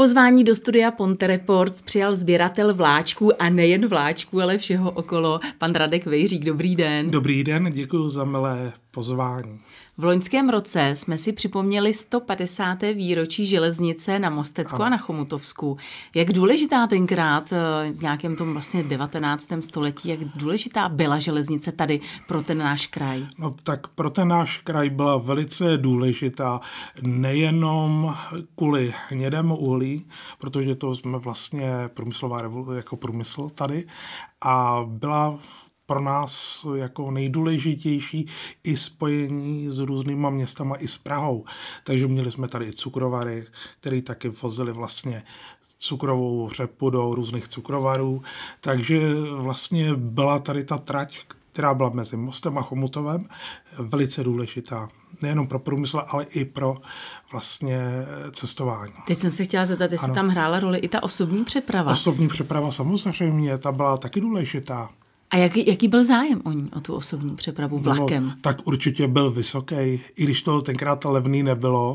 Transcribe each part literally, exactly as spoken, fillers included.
Pozvání do studia Ponte Reports přijal sběratel vláčků a nejen vláčků, ale všeho okolo, pan Radek Vejřík. Dobrý den. Dobrý den, děkuji za milé pozvání. V loňském roce jsme si připomněli sto padesáté výročí železnice na Mostecku ano. a na Chomutovsku. Jak důležitá tenkrát v nějakém tom vlastně devatenáctém století, jak důležitá byla železnice tady pro ten náš kraj? No tak pro ten náš kraj byla velice důležitá nejenom kvůli hnědému uhlí, protože to jsme vlastně průmyslová revoluce jako průmysl tady a byla pro nás jako nejdůležitější i spojení s různýma městama i s Prahou. Takže měli jsme tady i cukrovary, které taky vozili vlastně cukrovou řepu do různých cukrovarů. Takže vlastně byla tady ta trať, která byla mezi Mostem a Chomutovem, velice důležitá. Nejenom pro průmysl, ale i pro vlastně cestování. Teď jsem se chtěla zeptat, jestli ano. tam hrála roli i ta osobní přeprava. Osobní přeprava samozřejmě, ta byla taky důležitá. A jaký, jaký byl zájem o ní, o tu osobní přepravu vlakem? No, tak určitě byl vysoký, i když to tenkrát levný nebylo,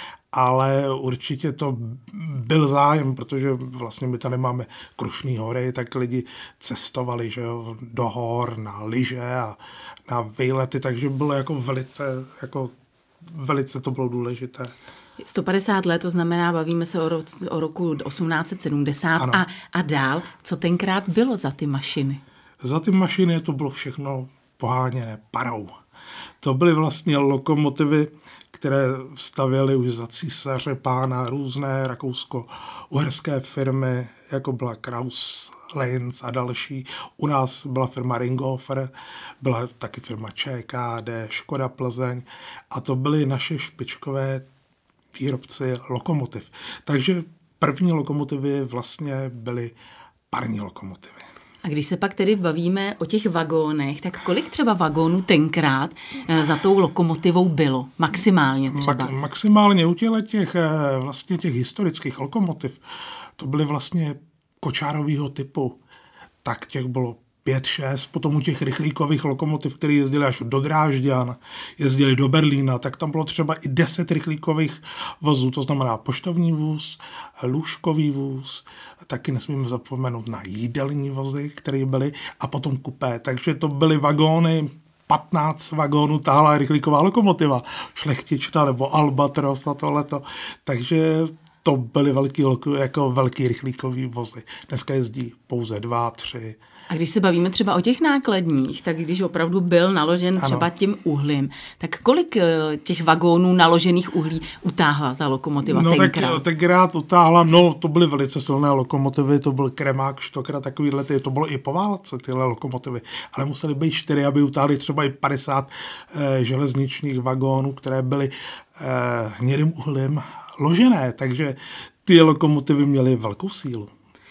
ale určitě to byl zájem, protože vlastně my tady máme Krušný hory, tak lidi cestovali, že jo, do hor, na lyže a na výlety, takže bylo jako velice, jako velice to bylo důležité. sto padesát let, to znamená, bavíme se o, ro, o roku osmnáct set sedmdesát a, a dál. Co tenkrát bylo za ty mašiny? Za ty mašiny to bylo všechno poháněné parou. To byly vlastně lokomotivy, které stavěly už za císaře pána různé rakousko-uherské firmy, jako byla Kraus, Linz a další. U nás byla firma Ringhofer, byla taky firma ČKD, Škoda Plzeň a to byly naše špičkové výrobci lokomotiv. Takže první lokomotivy vlastně byly parní lokomotivy. A když se pak tedy bavíme o těch vagónech, tak kolik třeba vagónů tenkrát za tou lokomotivou bylo? Maximálně třeba? Mak- maximálně u těch, vlastně těch historických lokomotiv, to byly vlastně kočárového typu, tak těch bylo pět, šest, potom u těch rychlíkových lokomotiv, které jezdily až do Drážďan, jezdily do Berlína, tak tam bylo třeba i deset rychlíkových vozů, to znamená poštovní vůz, lůžkový vůz, taky nesmíme zapomenout na jídelní vozy, které byly, a potom kupé, takže to byly vagóny, patnáct vagónů táhla rychlíková lokomotiva, šlechtična nebo Albatros na tohleto, takže to byly velký, jako velký rychlíkový vozy. Dneska jezdí pouze dva, tři. A když se bavíme třeba o těch nákladních, tak když opravdu byl naložen ano. třeba tím uhlím, tak kolik těch vagónů naložených uhlí utáhla ta lokomotiva no, tenkrát? No tak tenkrát utáhla, no to byly velice silné lokomotivy, to byl Kremák, Štokra, takovýhle, ty, to bylo i po válce tyhle lokomotivy, ale museli být čtyři, aby utáhli třeba i padesát eh, železničních vagónů, které byly eh, hnědým uhlím ložené, takže ty lokomotivy měly velkou sílu.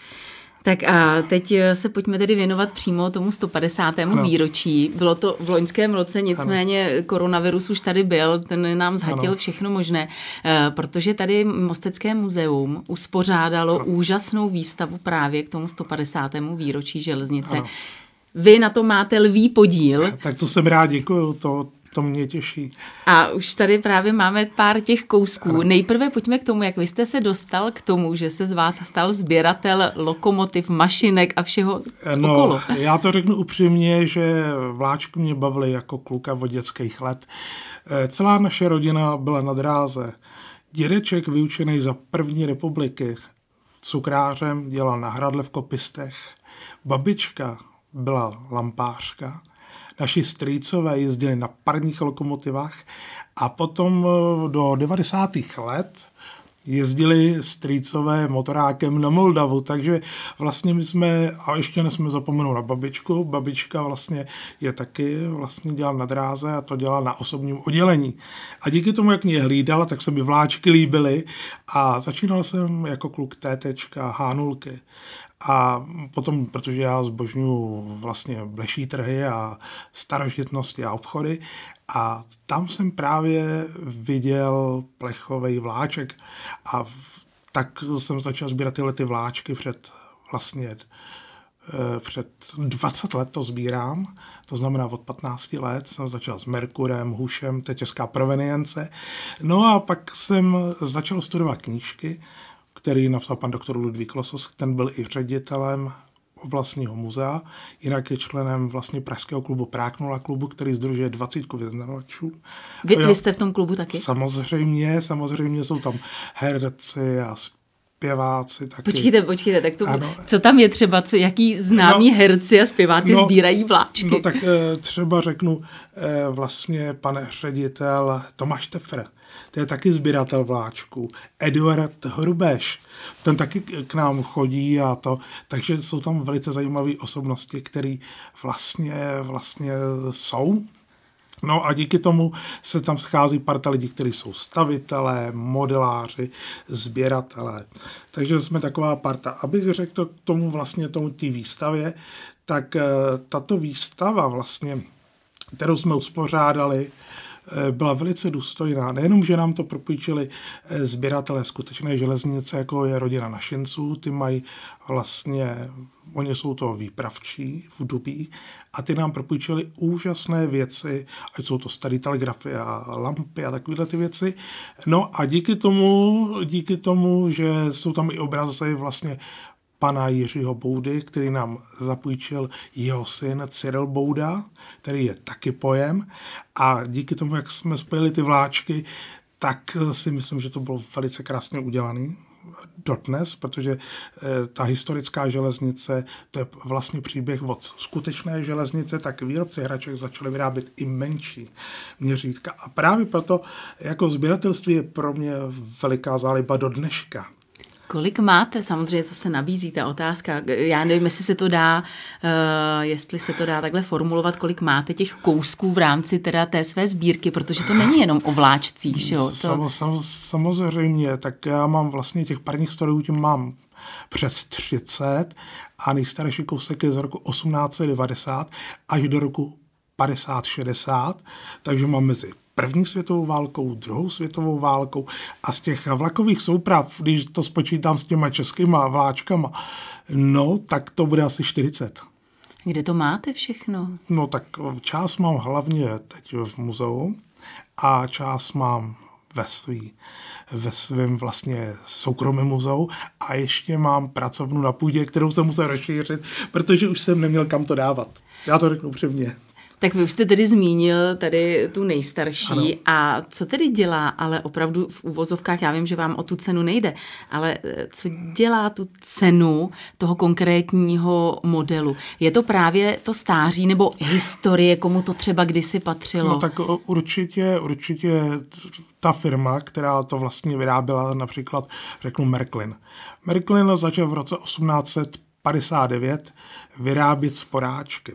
Tak a teď se pojďme tedy věnovat přímo tomu sto padesátému ano. výročí. Bylo to v loňském roce, nicméně ano. koronavirus už tady byl, ten nám zhatil ano. všechno možné, protože tady Mostecké muzeum uspořádalo ano. úžasnou výstavu právě k tomu sto padesátému výročí železnice. Ano. Vy na to máte lví podíl. Tak to jsem rád, děkuju, to To mě těší. A už tady právě máme pár těch kousků. Ano. Nejprve pojďme k tomu, jak vy jste se dostal k tomu, že se z vás stal sběratel lokomotiv, mašinek a všeho no, okolo. Já to řeknu upřímně, že vláčky mě bavily jako kluka od dětských let. Celá naše rodina byla na dráze. Dědeček vyučený za první republiky cukrářem, dělal na hradle v Kopistech. Babička byla lampářka. Naši strýcové jezdili na parních lokomotivách a potom do devadesátých let jezdili strýcové motorákem na Moldavu, takže vlastně my jsme, a ještě nesmíme zapomenout na babičku, babička vlastně je taky vlastně dělala na dráze a to dělala na osobním oddělení. A díky tomu, jak mě hlídala, tak se mi vláčky líbily a začínal jsem jako kluk tétečka, hánulky. A potom, protože já zbožňuji vlastně bleší trhy a starožitnosti a obchody, a tam jsem právě viděl plechový vláček a tak jsem začal sbírat tyhle ty vláčky před vlastně před dvacet let to sbírám, to znamená od patnácti let jsem začal s Merkurem, Hušem, to je česká provenience. No a pak jsem začal studovat knížky, který napsal pan doktor Ludvík Losos, ten byl i ředitelem oblastního muzea, jinak je členem vlastně pražského klubu Prague nula klubu, který sdružuje dvacítku vyznavačů. Vy, vy jste v tom klubu taky? Samozřejmě, samozřejmě jsou tam herci a zpěváci taky. Počkejte, počkejte, tak to, co tam je třeba, co, jaký známí no, herci a zpěváci no, sbírají vláčky? No tak třeba řeknu vlastně pan ředitel Tomáš Tefr, to je taky sběratel vláčků. Eduard Hrubeš, ten taky k nám chodí a to, takže jsou tam velice zajímavé osobnosti, které vlastně, vlastně jsou. No a díky tomu se tam schází parta lidí, kteří jsou stavitelé, modeláři, sběratelé. Takže jsme taková parta. Abych řekl to k tomu vlastně tomu té výstavě, tak tato výstava vlastně, kterou jsme uspořádali, byla velice důstojná. Nejenom, že nám to propůjčili sběratelé skutečné železnice, jako je rodina Našinců, ty mají vlastně, oni jsou to výpravčí v Dubí a ty nám propůjčili úžasné věci, ať jsou to staré telegrafy a lampy a takovéhle ty věci. No a díky tomu, díky tomu, že jsou tam i obrazy vlastně pana Jiřího Boudy, který nám zapůjčil jeho syn Cyril Bouda, který je taky pojem. A díky tomu, jak jsme spojili ty vláčky, tak si myslím, že to bylo velice krásně udělané dodnes, protože ta historická železnice, to je vlastně příběh od skutečné železnice, tak výrobci hraček začali vyrábět i menší měřítka. A právě proto jako sběratelství je pro mě veliká záliba do dneška. Kolik máte? Samozřejmě, co se nabízí, ta otázka. Já nevím, jestli se to dá, uh, jestli se to dá takhle formulovat, kolik máte těch kousků v rámci teda té své sbírky, protože to není jenom o vláčcích, jo? To... Sam, sam, samozřejmě, tak já mám vlastně těch parních strojů, tím mám přes třicet a nejstarší kousek je z roku osmnáct set devadesát až do roku padesát šedesát, takže mám mezi první světovou válkou, druhou světovou válkou a z těch vlakových souprav, když to spočítám s těma českýma vláčkama, no, tak to bude asi čtyřicet. Kde to máte všechno? No, tak část mám hlavně teď v muzeu a část mám ve svý, ve svém vlastně soukromém muzeu a ještě mám pracovnu na půdě, kterou jsem musel rozšířit, protože už jsem neměl kam to dávat. Já to řeknu upřímně. Tak vy už jste tedy zmínil tady tu nejstarší. Ano. A co tedy dělá, ale opravdu v uvozovkách, já vím, že vám o tu cenu nejde, ale co dělá tu cenu toho konkrétního modelu? Je to právě to stáří nebo historie, komu to třeba kdysi patřilo? No tak určitě, určitě ta firma, která to vlastně vyráběla, například řeknu Märklin. Märklin začal v roce osmnáct set padesát devět vyrábět sporáčky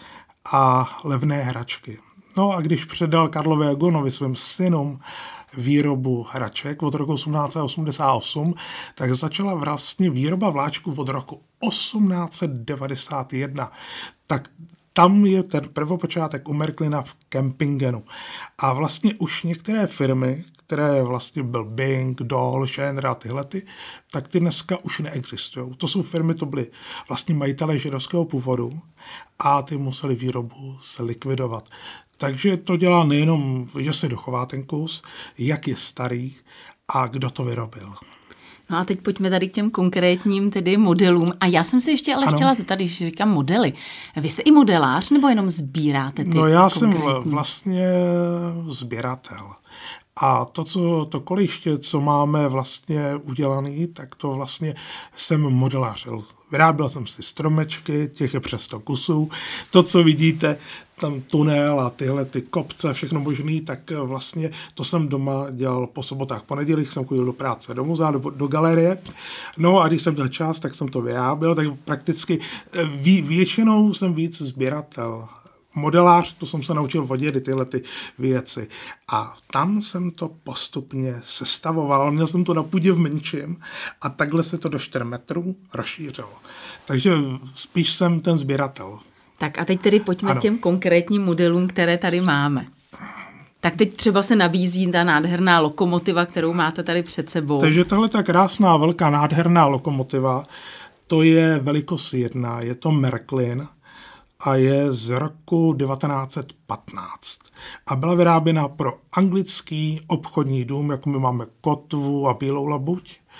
a levné hračky. No a když předal Karlovi Agonovi svým synům výrobu hraček od roku osmnáct set osmdesát osm, tak začala vlastně výroba vláčků od roku osmnáct set devadesát jedna. Tak tam je ten prvopočátek u Märklina v Kempingenu. A vlastně už některé firmy, které vlastně byl Bing, Doll, Schenner a tyhlety, tak ty dneska už neexistují. To jsou firmy, to byly vlastně majitelé židovského původu a ty museli výrobu se likvidovat. Takže to dělá nejenom, že se dochová ten kus, jak je starý a kdo to vyrobil. No a teď pojďme tady k těm konkrétním tedy modelům. A já jsem se ještě ale ano. chtěla zeptat, když říkám modely. Vy jste i modelář nebo jenom sbíráte ty No já konkrétní? jsem vlastně sběratel. A to, co, to koliště, co máme vlastně udělaný, tak to vlastně jsem modelářil. Vyráběl jsem si stromečky, těch je přes sto kusů. To, co vidíte, tam tunel a tyhle ty kopce, všechno možný, tak vlastně to jsem doma dělal po sobotách, po nedělích jsem chodil do práce, do muzea, do, do galerie. No a když jsem měl čas, tak jsem to vyráběl, tak prakticky vý, většinou jsem víc sběratel. Modelář, to jsem se naučil vodět tyhle ty věci. A tam jsem to postupně sestavoval. Měl jsem to na půdě v menším a takhle se to do čtyř metrů rozšířilo. Takže spíš jsem ten sběratel. Tak a teď tedy pojďme ano. k těm konkrétním modelům, které tady máme. Tak teď třeba se nabízí ta nádherná lokomotiva, kterou máte tady před sebou. Takže tahle ta krásná, velká, nádherná lokomotiva, to je velikost jedna, je to Märklin a je z roku devatenáct set patnáct. A byla vyráběna pro anglický obchodní dům, jako my máme Kotvu a Bílou labuť,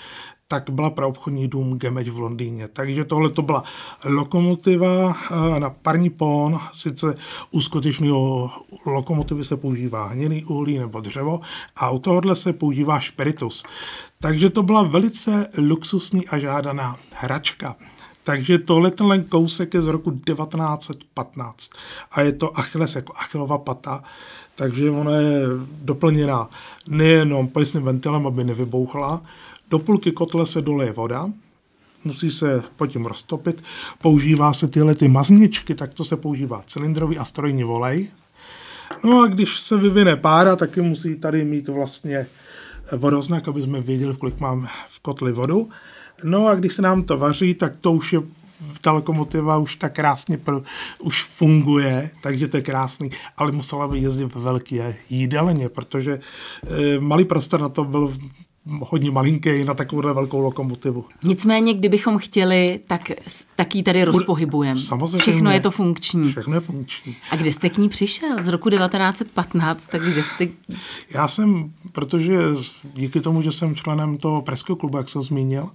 tak byla pro obchodní dům Gemeč v Londýně. Takže tohle to byla lokomotiva na parní pohon, sice u skutečného lokomotivy se používá hněný uhlí nebo dřevo a u tohohle se používá špiritus. Takže to byla velice luxusní a žádaná hračka. Takže tohle tenhle kousek je z roku devatenáct set patnáct a je to Achilles jako Achillova pata, takže ona je doplněná nejenom pojistným ventilem, aby nevybouchla. Do půlky kotle se doleje voda, musí se potom roztopit, používá se tyhle ty mazničky, tak to se používá cylindrový a strojní volej. No a když se vyvine pára, taky musí tady mít vlastně vodoznak, aby jsme věděli, kolik máme v kotli vodu. No a když se nám to vaří, tak to už je, ta lokomotiva už tak krásně pro, už funguje, takže to je krásný, ale musela by jezdit ve velké jídelně, protože e, malý prostor na to byl hodně malinký na takovou velkou lokomotivu. Nicméně, kdybychom chtěli, tak, tak ji tady rozpohybujeme. Samozřejmě. Všechno je to funkční. Všechno je funkční. A kde jste k ní přišel? Z roku devatenáct set patnáct, tak kde jste... Já jsem, protože díky tomu, že jsem členem toho pražského klubu, jak jsem zmínil,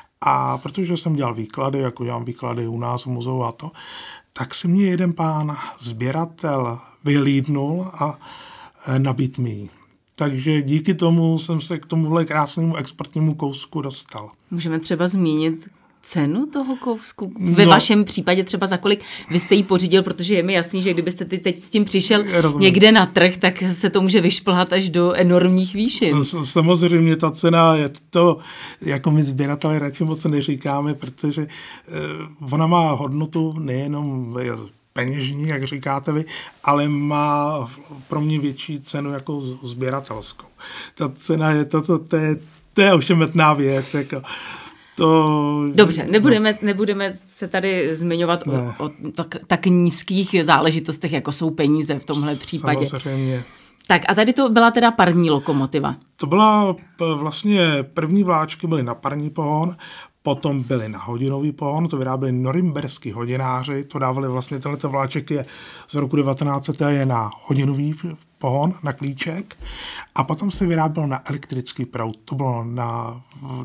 a protože jsem dělal výklady, jako dělám výklady u nás v muzeu a to, tak si mě jeden pán sběratel vylídnul a nabídl mi ji. Takže díky tomu jsem se k tomuhle krásnému exportnímu kousku dostal. Můžeme třeba zmínit cenu toho kousku? Ve no, vašem případě třeba za kolik vy jste ji pořídil, protože je mi jasný, že kdybyste teď s tím přišel rozumím. někde na trh, tak se to může vyšplhat až do enormních výšin. Samozřejmě ta cena je to, jako my sběratelé radši moc neříkáme, protože ona má hodnotu nejenom peněžní, jak říkáte vy, ale má pro mě větší cenu jako sběratelskou. Ta cena je to, to, to, je, to je ošemetná věc, jako to... Dobře, nebudeme, nebudeme se tady zmiňovat ne. o, o tak, tak nízkých záležitostech, jako jsou peníze v tomhle případě. Samozřejmě. Tak a tady to byla teda parní lokomotiva. To byla vlastně, první vláčky byly na parní pohon, potom byly na hodinový pohon, to vyráběli norimberský hodináři, to dávali vlastně, tenhle vláček je z roku devatenáct set je na hodinový pohon, na klíček, a potom se vyrábělo na elektrický proud, to bylo na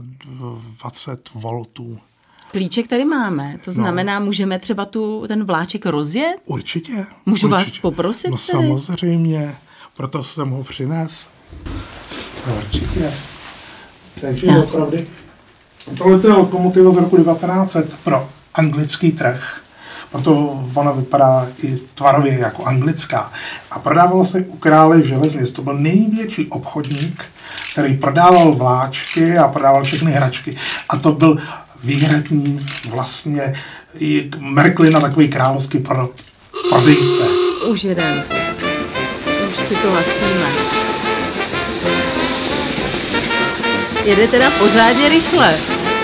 dvacet voltů. Klíček tady máme, to znamená, no. Můžeme třeba tu, ten vláček rozjet? Určitě. Můžu určitě. vás poprosit? No tady? Samozřejmě, proto jsem ho přines. No, určitě. Takže Yes. opravdu. Tohle je lokomotiva z roku devatenáct set pro anglický trh, proto ona vypadá i tvarově jako anglická. A prodávala se u krále železnic. To byl největší obchodník, který prodával vláčky a prodával všechny hračky. A to byl výhradní vlastně Märklin, takový královský prodejce. Už jeden. Už si to hasíme. Jede teda pořádně rychle.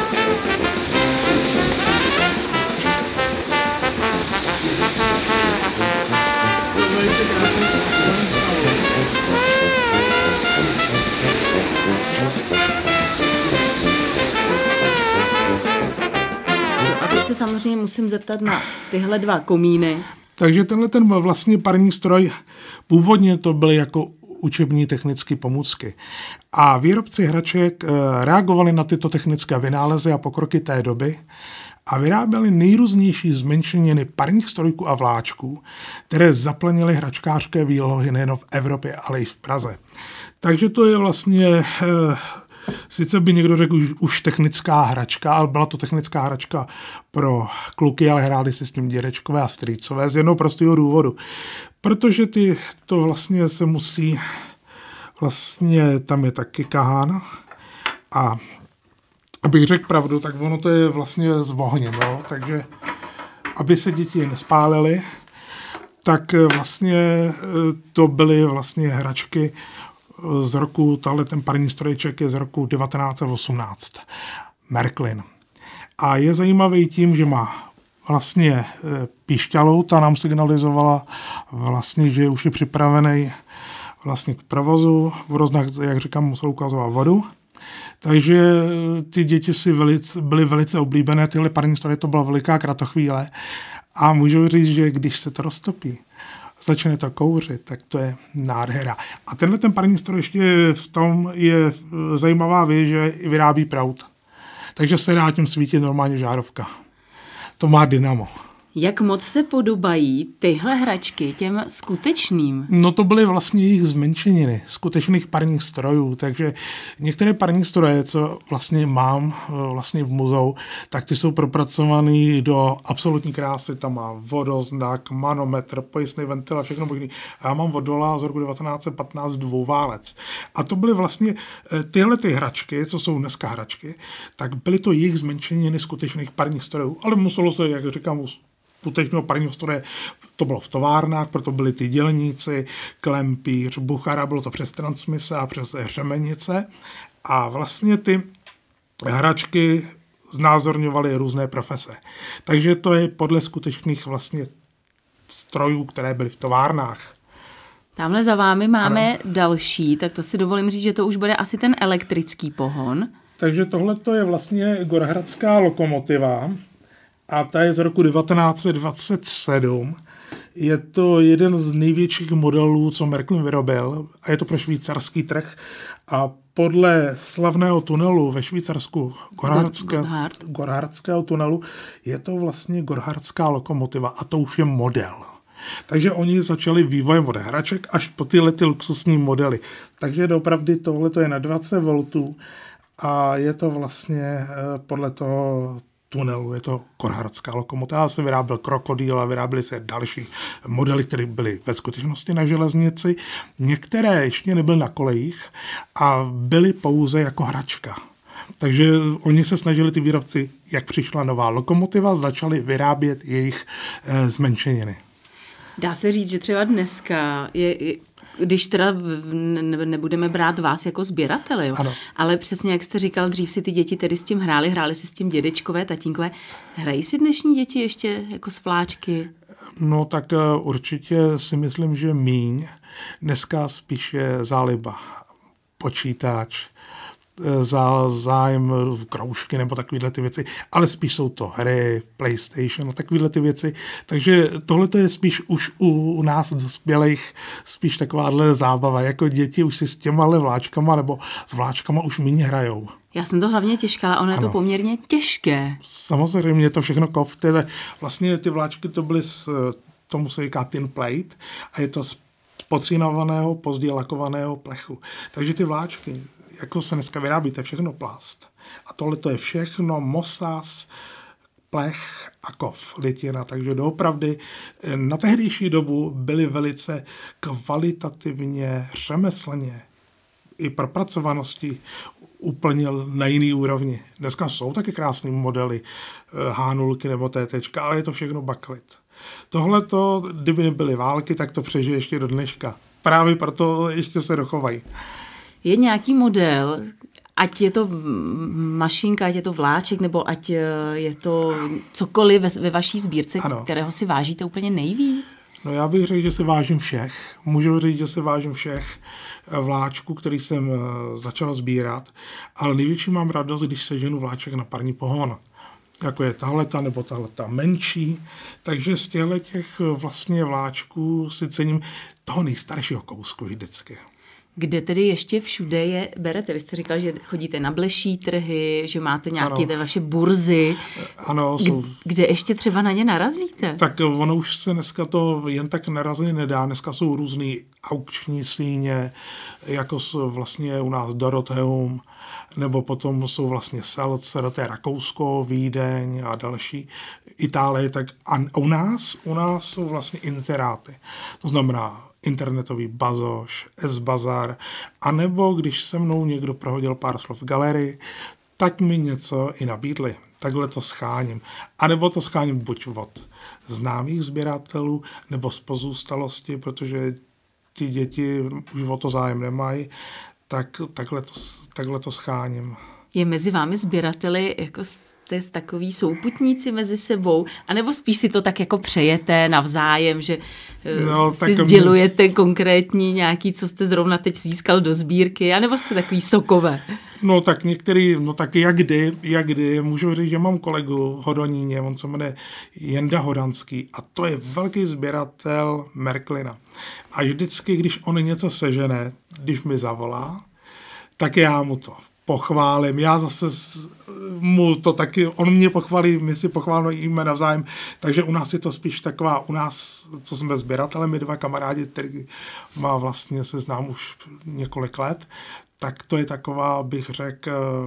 A teď se samozřejmě musím zeptat na tyhle dva komíny. Takže tenhle ten vlastně parní stroj, původně to byly jako učební technické pomůcky. A výrobci hraček reagovali na tyto technické vynálezy a pokroky té doby a vyráběli nejrůznější zmenšeniny parních strojků a vláčků, které zaplnily hračkářské výlohy nejen v Evropě, ale i v Praze. Takže to je vlastně, sice by někdo řekl už, už technická hračka, ale byla to technická hračka pro kluky, ale hráli si s tím dědečkové a strýcové z jednoho prostého důvodu. Protože ty to vlastně se musí, vlastně tam je taky kahán a abych řekl pravdu, tak ono to je vlastně s ohněm, jo? Takže aby se děti nespálily, tak vlastně to byly vlastně hračky z roku, tahle ten parní stroječek je z roku devatenáct set osmnáct, Märklin. A je zajímavý tím, že má vlastně píšťalou, ta nám signalizovala vlastně, že už je připravený vlastně k provozu. Vodoznak, jak říkám, musel ukazovat vodu. Takže ty děti si velice, byly velice oblíbené, tyhle parní stroje, to byla veliká kratochvíle. A můžu říct, že když se to roztopí, začne to kouřit, tak to je nádhera. A tenhle ten parní stroj ještě v tom je zajímavá věc, že vyrábí proud. takže se dá tím svítit normálně žárovka. To má dynamo. Jak moc se podobají tyhle hračky těm skutečným? No to byly vlastně jejich zmenšeniny, skutečných parních strojů, takže některé parní stroje, co vlastně mám vlastně v muzeu, tak ty jsou propracovaný do absolutní krásy, tam má vodoznak, manometr, pojistný ventil a všechno možný. A já mám vodola z roku devatenáct set patnáct dvouválec. A to byly vlastně tyhle ty hračky, co jsou dneska hračky, tak byly to jejich zmenšeniny skutečných parních strojů, ale muselo se, jak říkám, skutečného parního stroje, to bylo v továrnách, proto byli ty dělníci, klempíř, buchara, bylo to přes transmise a přes řemenice a vlastně ty hračky znázorňovaly různé profese. Takže to je podle skutečných vlastně strojů, které byly v továrnách. Tamhle za vámi máme ano. další, tak to si dovolím říct, že to už bude asi ten elektrický pohon. Takže tohle to je vlastně gorhradská lokomotiva, a ta je z roku devatenáct set dvacet sedm. Je to jeden z největších modelů, co Märklin vyrobil a je to pro švýcarský trh. A podle slavného tunelu ve Švýcarsku, Gorhardského tunelu, je to vlastně gorhardská lokomotiva a to už je model. Takže oni začali vývojem od hraček až po tyhle ty luxusní modely. Takže doopravdy tohle je na dvacet voltů a je to vlastně podle toho tunelu, je to gorhardská lokomotiva, se vyráběl krokodýl a vyráběly se další modely, které byly ve skutečnosti na železnici. Některé ještě nebyly na kolejích a byly pouze jako hračka. Takže oni se snažili, ty výrobci, jak přišla nová lokomotiva, začali vyrábět jejich e, zmenšeniny. Dá se říct, že třeba dneska je, je když teda nebudeme brát vás jako sběratele, jo? Ale přesně jak jste říkal, dřív si ty děti tedy s tím hráli, hráli si s tím dědečkové, tatínkové. Hrají si dnešní děti ještě jako s vláčky? No tak určitě si myslím, že míň. Dneska spíš je záliba, počítač, za zájem v kroužky nebo takovéhle ty věci, ale spíš jsou to hry, PlayStation a takovéhle ty věci. Takže tohle je spíš už u, u nás dospělých spíš takováhle zábava. Jako děti už si s těmahle vláčkama nebo s vláčkama už méně hrajou. Já jsem to hlavně těžká, ale ono ano. je to poměrně těžké. Samozřejmě je to všechno kov. Vlastně ty vláčky to byly z, tomu se říká tin plate a je to z pocínovaného, později lakovaného plechu. Takže ty vláčky jako se dneska vyrábí, to je všechno plast. A tohle to je všechno mosaz, plech a kov, litina. Takže doopravdy na tehdejší dobu byly velice kvalitativně, řemeslně i propracovanosti úplně na jiný úrovni. Dneska jsou taky krásné modely há nula nebo té té, ale je to všechno baklit. Tohle to, kdyby nebyly války, tak to přežije ještě do dneška. Právě proto ještě se dochovají. Je nějaký model, ať je to mašinka, ať je to vláček, nebo ať je to cokoliv ve, ve vaší sbírce, ano. kterého si vážíte úplně nejvíc? No já bych řekl, že si vážím všech. Můžu říct, že si vážím všech vláčků, který jsem začal sbírat, ale největší mám radost, když seženu vláček na parní pohon. Jako je tahleta nebo tahleta menší. Takže z těchto těch vlastně vláčků si cením toho nejstaršího kousku vždycky. Kde tedy ještě všude je berete? Vy jste říkal, že chodíte na bleší trhy, že máte nějaké ty vaše burzy. Ano, jsou. Kde ještě třeba na ně narazíte? Tak ono už se dneska to jen tak narazit nedá. Dneska jsou různý aukční síně, jako jsou vlastně u nás Dorotheum, nebo potom jsou vlastně Selce, to je Rakousko, Vídeň a další, Itálie. Tak a u nás, u nás jsou vlastně inzeráty. To znamená internetový bazoš, S-bazar, anebo když se mnou někdo prohodil pár slov v galerii, tak mi něco i nabídli. Takhle to scháním. A nebo to scháním buď od známých sběratelů, nebo z pozůstalosti, protože ti děti už o to zájem nemají, tak takhle to, takhle to scháním. Je mezi vámi sběrateli jako jste takový souputníci mezi sebou, anebo spíš si to tak jako přejete navzájem, že no, si sdělujete mě konkrétní nějaký, co jste zrovna teď získal do sbírky, anebo jste takový sokové? No tak některý, no taky jak kdy, jak kdy, můžu říct, že mám kolegu v Hodoníně, on se jmenuje Jenda Hodanský a to je velký sběratel Märklina. A vždycky, když on něco sežene, když mi zavolá, tak já mu to pochválím. Já zase mu to taky, on mě pochválí, my si pochválíme navzájem, takže u nás je to spíš taková, u nás, co jsme sběratele, my dva kamarádi, který má vlastně, se znám už několik let, tak to je taková, bych řekl,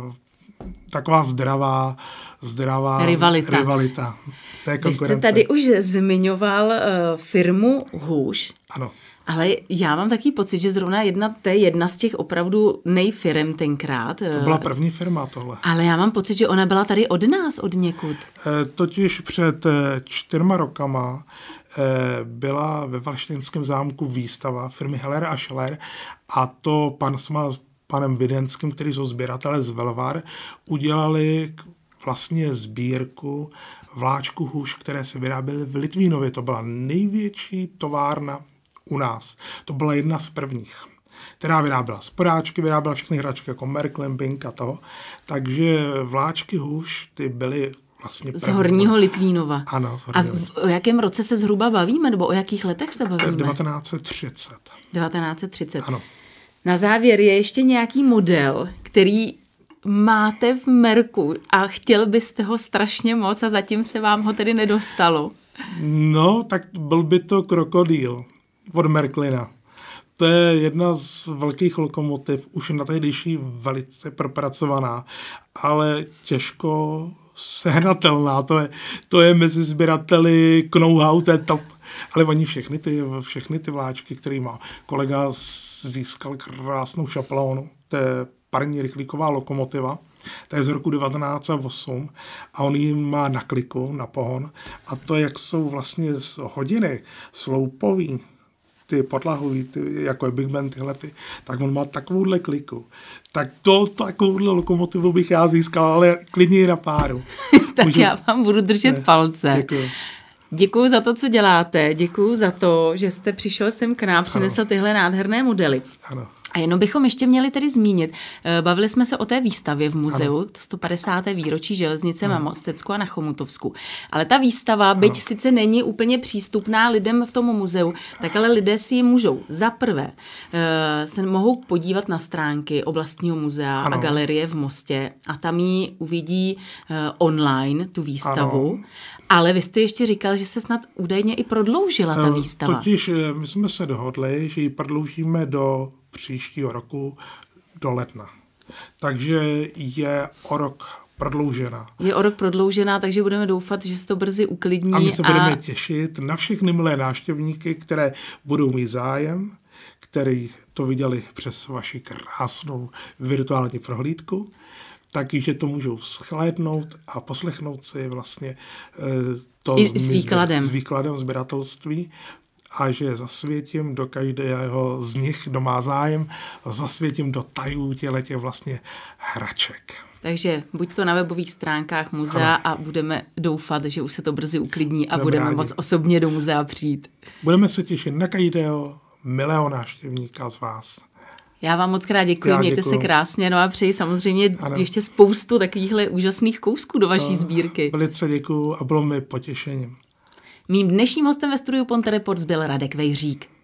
taková zdravá, zdravá rivalita. rivalita. Vy jste tady už zmiňoval uh, firmu Hůž. Ano. Ale já mám takový pocit, že zrovna jedna, to je jedna z těch opravdu nejfirem tenkrát. To byla první firma tohle. Ale já mám pocit, že ona byla tady od nás, od někud. E, totiž před čtyřma rokama e, byla ve Valštejnském zámku výstava firmy Heller a Scheller a to pan s panem Videnským, který jsou sběratelé z Velvar, udělali vlastně sbírku vláčku hůž, které se vyráběly v Litvínově. To byla největší továrna u nás. To byla jedna z prvních, která vyráběla sporáčky, vyráběla všechny hračky jako Märklin, Bing a toho. Takže vláčky hůž, ty byly vlastně první. Z Horního Litvínova. Ano, z Horního A v, o jakém roce se zhruba bavíme, nebo o jakých letech se bavíme? devatenáct set třicet. devatenáct set třicet. Ano. Na závěr je ještě nějaký model, který máte v merku a chtěl byste ho strašně moc a zatím se vám ho tedy nedostalo. No, tak byl by to krokodýl od Märklina. To je jedna z velkých lokomotiv, už na tehdejší velice propracovaná, ale těžko sehnatelná. To je, to je mezi sběrateli know-how, to je top. Ale oni všechny ty, všechny ty vláčky, který má kolega, získal krásnou šaplonu, to je parní rychlíková lokomotiva, to je z roku devatenáct set osm a on ji má na kliku, na pohon a to, jak jsou vlastně hodiny sloupový, ty podlahový, ty, jako je Big Ben, tyhle ty, tak on má takovouhle kliku. Tak to, takovouhle lokomotivu bych já získal, ale klidně i na páru. Tak Můžu... já vám budu držet ne, palce. Děkuji. Děkuju za to, co děláte, děkuju za to, že jste přišel sem k nám, přinesl ano. tyhle nádherné modely. Ano. A jenom bychom ještě měli tedy zmínit, bavili jsme se o té výstavě v muzeu, ano. sto padesáté výročí železnice na Mostecku a na Chomutovsku. Ale ta výstava, byť ano. sice není úplně přístupná lidem v tom muzeu, tak ale lidé si ji můžou za prvé se mohou podívat na stránky oblastního muzea ano. a galerie v Mostě a tam ji uvidí online, tu výstavu. Ano. Ale vy jste ještě říkal, že se snad údajně i prodloužila ta výstava. Totiž my jsme se dohodli, že ji prodloužíme do příštího roku, do ledna. Takže je o rok prodloužená. Je o rok prodloužená, takže budeme doufat, že se to brzy uklidní. A my se a... budeme těšit na všechny milé návštěvníky, které budou mít zájem, který to viděli přes vaši krásnou virtuální prohlídku. Takže to můžou shlédnout a poslechnout si vlastně to I s výkladem. s výkladem sběratelství a že zasvětím do každého z nich, kdo má zájem, zasvětím do tajů těchto vlastně hraček. Takže buď to na webových stránkách muzea ano. a budeme doufat, že už se to brzy uklidní a budeme, budeme moc osobně do muzea přijít. Budeme se těšit na každého milého návštěvníka z vás. Já vám moc krát děkuji, Já mějte děkuji. se krásně, no a přeji samozřejmě ano. ještě spoustu takovýchhle úžasných kousků do vaší no, sbírky. Velice děkuji a bylo mi potěšením. Mým dnešním hostem ve studiu Ponte Reports byl Radek Vejřík.